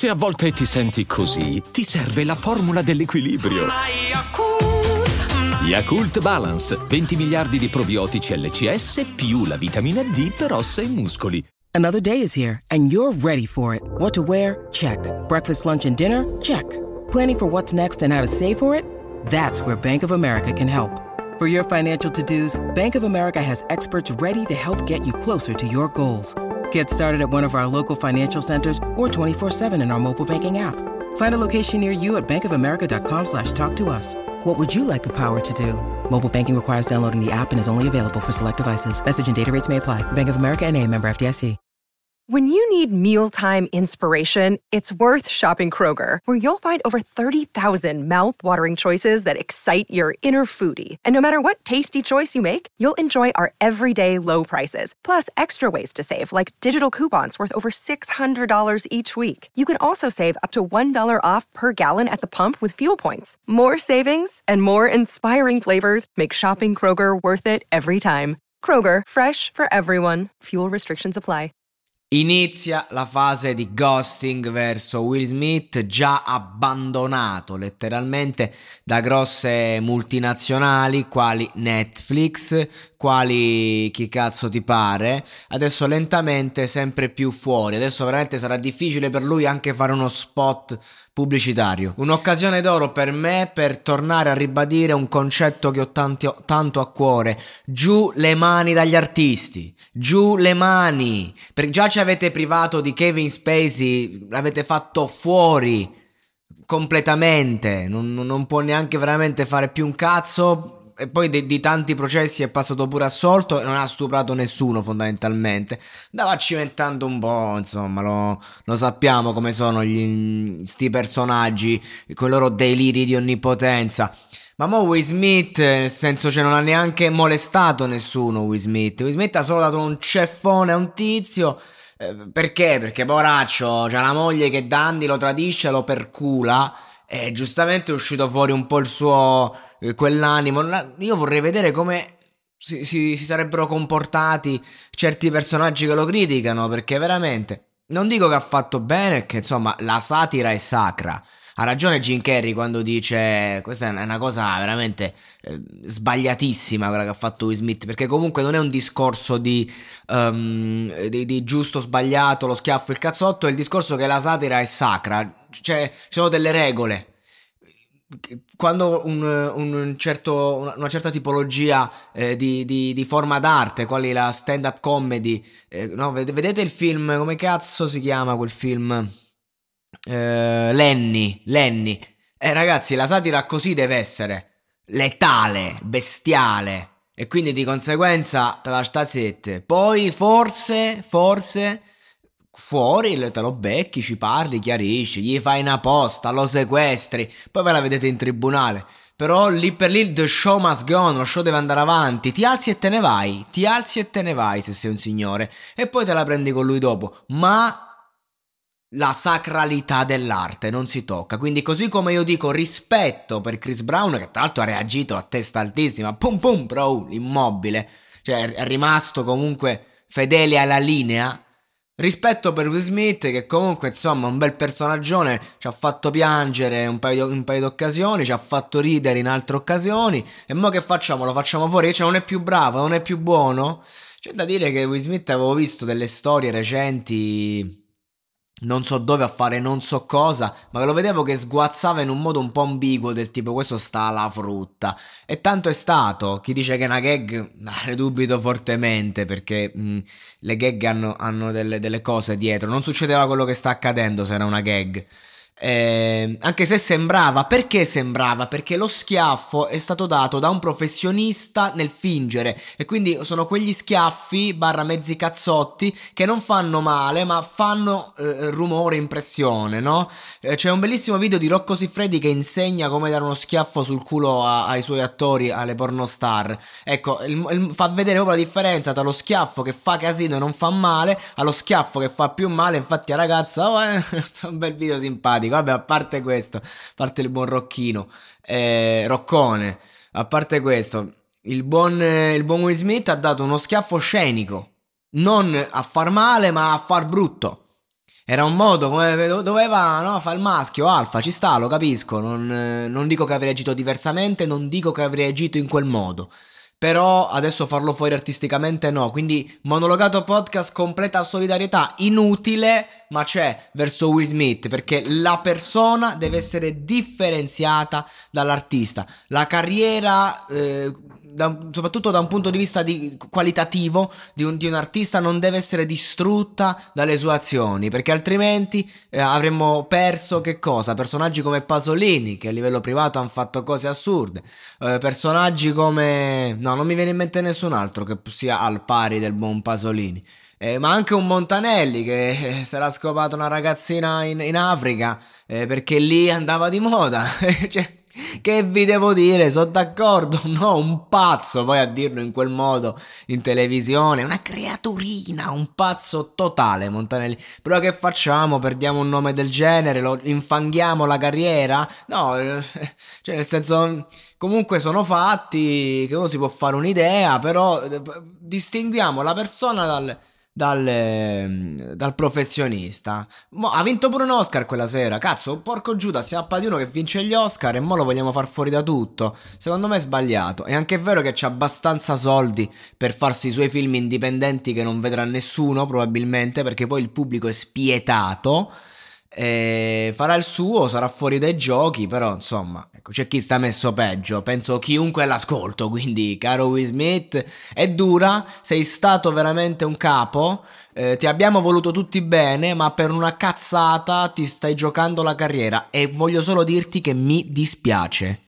Se a volte ti senti così, ti serve la formula dell'equilibrio. Yakult Balance, 20 miliardi di probiotici LCS più la vitamina D per ossa e muscoli. Another day is here, and you're ready for it. What to wear? Check. Breakfast, lunch, and dinner? Check. Planning for what's next and how to save for it? That's where Bank of America can help. For your financial to-dos, Bank of America has experts ready to help get you closer to your goals. Get started at one of our local financial centers or 24/7 in our mobile banking app. Find a location near you at bankofamerica.com/talktous. What would you like the power to do? Mobile banking requires downloading the app and is only available for select devices. Message and data rates may apply. Bank of America N.A., member FDIC. When you need mealtime inspiration, it's worth shopping Kroger, where you'll find over 30,000 mouth-watering choices that excite your inner foodie. And no matter what tasty choice you make, you'll enjoy our everyday low prices, plus extra ways to save, like digital coupons worth over $600 each week. You can also save up to $1 off per gallon at the pump with fuel points. More savings and more inspiring flavors make shopping Kroger worth it every time. Kroger, fresh for everyone. Fuel restrictions apply. Inizia la fase di ghosting verso Will Smith, già abbandonato letteralmente da grosse multinazionali quali Netflix, quali chi cazzo ti pare. Adesso lentamente sempre più fuori. Adesso veramente sarà difficile per lui anche fare uno spot pubblicitario. Un'occasione d'oro per me per tornare a ribadire un concetto che ho tanto a cuore: giù le mani dagli artisti, giù le mani. Perché già ci avete privato di Kevin Spacey, l'avete fatto fuori completamente, non può neanche veramente fare più un cazzo. E poi di tanti processi è passato pure assolto e non ha stuprato nessuno fondamentalmente. Andava cimentando un po', insomma, lo sappiamo come sono sti personaggi con i loro deliri di onnipotenza. Ma mo Will Smith, nel senso, cioè, non ha neanche molestato nessuno. Will Smith ha solo dato un ceffone a un tizio. Perché? Perché poraccio, c'ha la moglie che da anni lo tradisce, lo percula, e giustamente è uscito fuori un po' il suo quell'animo. Io vorrei vedere come si sarebbero comportati certi personaggi che lo criticano, perché veramente non dico che ha fatto bene, che insomma la satira è sacra. Ha ragione Jim Carrey quando dice questa è una cosa veramente sbagliatissima quella che ha fatto Will Smith, perché comunque non è un discorso di giusto sbagliato, lo schiaffo, il cazzotto. È il discorso che la satira è sacra, cioè ci sono delle regole. Quando una certa tipologia di forma d'arte, quali la stand-up comedy, no? Vedete il film, come cazzo si chiama quel film? Lenny. Ragazzi, la satira così deve essere: letale, bestiale, e quindi di conseguenza te la sta zitte. Poi forse fuori te lo becchi, ci parli, chiarisci, gli fai una posta, lo sequestri, poi ve la vedete in tribunale. Però lì per lì the show must go on, lo show deve andare avanti. Ti alzi e te ne vai se sei un signore, e poi te la prendi con lui dopo. Ma la sacralità dell'arte non si tocca. Quindi, così come io dico rispetto per Chris Brown, che tra l'altro ha reagito a testa altissima, pum pum bro, immobile, cioè è rimasto comunque fedele alla linea. Rispetto per Will Smith, che comunque insomma un bel personaggione, ci ha fatto piangere un paio di occasioni, ci ha fatto ridere in altre occasioni, e mo che facciamo? Lo facciamo fuori? Cioè non è più bravo, non è più buono? C'è da dire che Will Smith, avevo visto delle storie recenti, non so dove, a fare non so cosa, ma che lo vedevo che sguazzava in un modo un po' ambiguo, del tipo questo sta alla frutta. E tanto è stato. Chi dice che è una gag, ne dubito fortemente, perché le gag hanno delle cose dietro. Non succedeva quello che sta accadendo se era una gag. Anche se sembrava. Perché sembrava? Perché lo schiaffo è stato dato da un professionista nel fingere, e quindi sono quegli schiaffi / mezzi cazzotti che non fanno male ma fanno rumore, impressione, no? C'è un bellissimo video di Rocco Siffredi che insegna come dare uno schiaffo sul culo ai suoi attori, alle pornostar. Ecco, fa vedere proprio la differenza tra lo schiaffo che fa casino e non fa male allo schiaffo che fa più male. Infatti la ragazza un bel video simpatico. Vabbè, a parte questo, a parte il buon Roccone, a parte questo, il buon Will Smith ha dato uno schiaffo scenico, non a far male ma a far brutto. Era un modo come doveva, no? Fa il maschio, alfa, ci sta, lo capisco. Non dico che avrei agito diversamente, non dico che avrei agito in quel modo. Però adesso farlo fuori artisticamente no. Quindi monologato podcast, completa solidarietà, inutile, ma c'è verso Will Smith, perché la persona deve essere differenziata dall'artista. La carriera, soprattutto da un punto di vista qualitativo di un artista, non deve essere distrutta dalle sue azioni, perché altrimenti avremmo perso che cosa? Personaggi come Pasolini, che a livello privato hanno fatto cose assurde, personaggi come... no, non mi viene in mente nessun altro che sia al pari del buon Pasolini. Ma anche un Montanelli che si era scopato una ragazzina in Africa, perché lì andava di moda. Cioè, che vi devo dire, sono d'accordo, no, un pazzo, poi a dirlo in quel modo in televisione, una creaturina, un pazzo totale Montanelli. Però che facciamo? Perdiamo un nome del genere, lo infanghiamo la carriera? No, cioè nel senso, comunque sono fatti che uno si può fare un'idea, però distinguiamo la persona dal professionista. Ha vinto pure un Oscar quella sera. Cazzo, porco Giuda, siamo a di uno che vince gli Oscar e mo lo vogliamo far fuori da tutto. Secondo me è sbagliato. È anche vero che c'ha abbastanza soldi per farsi i suoi film indipendenti che non vedrà nessuno probabilmente, perché poi il pubblico è spietato. Farà il suo, sarà fuori dai giochi, però insomma, ecco, c'è chi sta messo peggio, penso chiunque l'ascolto, quindi caro Will Smith, è dura, sei stato veramente un capo, ti abbiamo voluto tutti bene, ma per una cazzata ti stai giocando la carriera e voglio solo dirti che mi dispiace.